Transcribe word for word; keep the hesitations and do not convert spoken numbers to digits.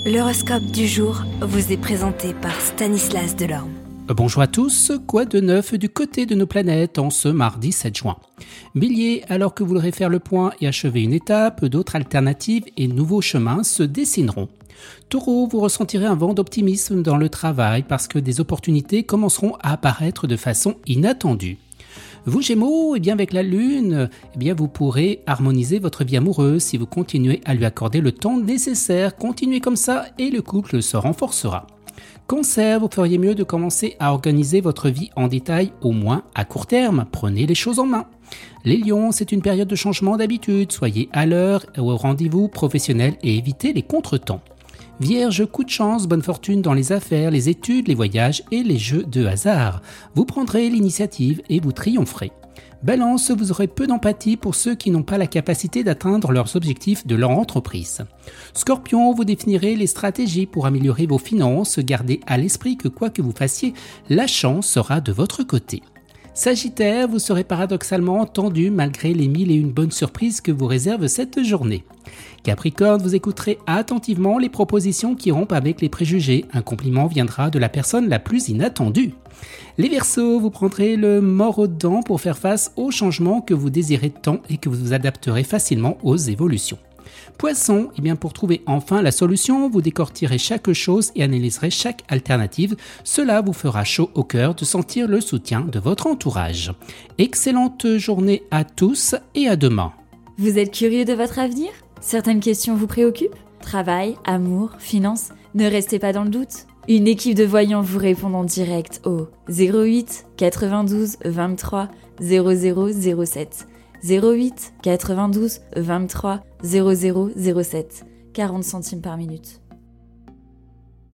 L'horoscope du jour vous est présenté par Stanislas Delorme. Bonjour à tous, quoi de neuf du côté de nos planètes en ce mardi sept juin? Bélier, alors que vous voudrez faire le point et achever une étape, d'autres alternatives et nouveaux chemins se dessineront. Taureau, vous ressentirez un vent d'optimisme dans le travail parce que des opportunités commenceront à apparaître de façon inattendue. Vous Gémeaux, eh bien avec la Lune, eh bien vous pourrez harmoniser votre vie amoureuse si vous continuez à lui accorder le temps nécessaire. Continuez comme ça et le couple se renforcera. Cancer, vous feriez mieux de commencer à organiser votre vie en détail, au moins à court terme. Prenez les choses en main. Les Lions, c'est une période de changement d'habitude. Soyez à l'heure au rendez-vous professionnel et évitez les contretemps. Vierge, coup de chance, bonne fortune dans les affaires, les études, les voyages et les jeux de hasard. Vous prendrez l'initiative et vous triompherez. Balance, vous aurez peu d'empathie pour ceux qui n'ont pas la capacité d'atteindre leurs objectifs de leur entreprise. Scorpion, vous définirez les stratégies pour améliorer vos finances. Gardez à l'esprit que quoi que vous fassiez, la chance sera de votre côté. Sagittaire, vous serez paradoxalement tendu malgré les mille et une bonnes surprises que vous réserve cette journée. Capricorne, vous écouterez attentivement les propositions qui rompent avec les préjugés. Un compliment viendra de la personne la plus inattendue. Les Verseaux, vous prendrez le mors aux dents pour faire face aux changements que vous désirez tant et que vous vous adapterez facilement aux évolutions. Poisson, eh bien pour trouver enfin la solution, vous décortirez chaque chose et analyserez chaque alternative. Cela vous fera chaud au cœur de sentir le soutien de votre entourage. Excellente journée à tous et à demain. Vous êtes curieux de votre avenir ? Certaines questions vous préoccupent ? Travail, amour, finances ? Ne restez pas dans le doute. Une équipe de voyants vous répond en direct au zéro huit quatre-vingt-douze vingt-trois zéro zéro zéro sept. zéro huit quatre-vingt-douze vingt-trois zéro zéro zéro sept. quarante centimes par minute.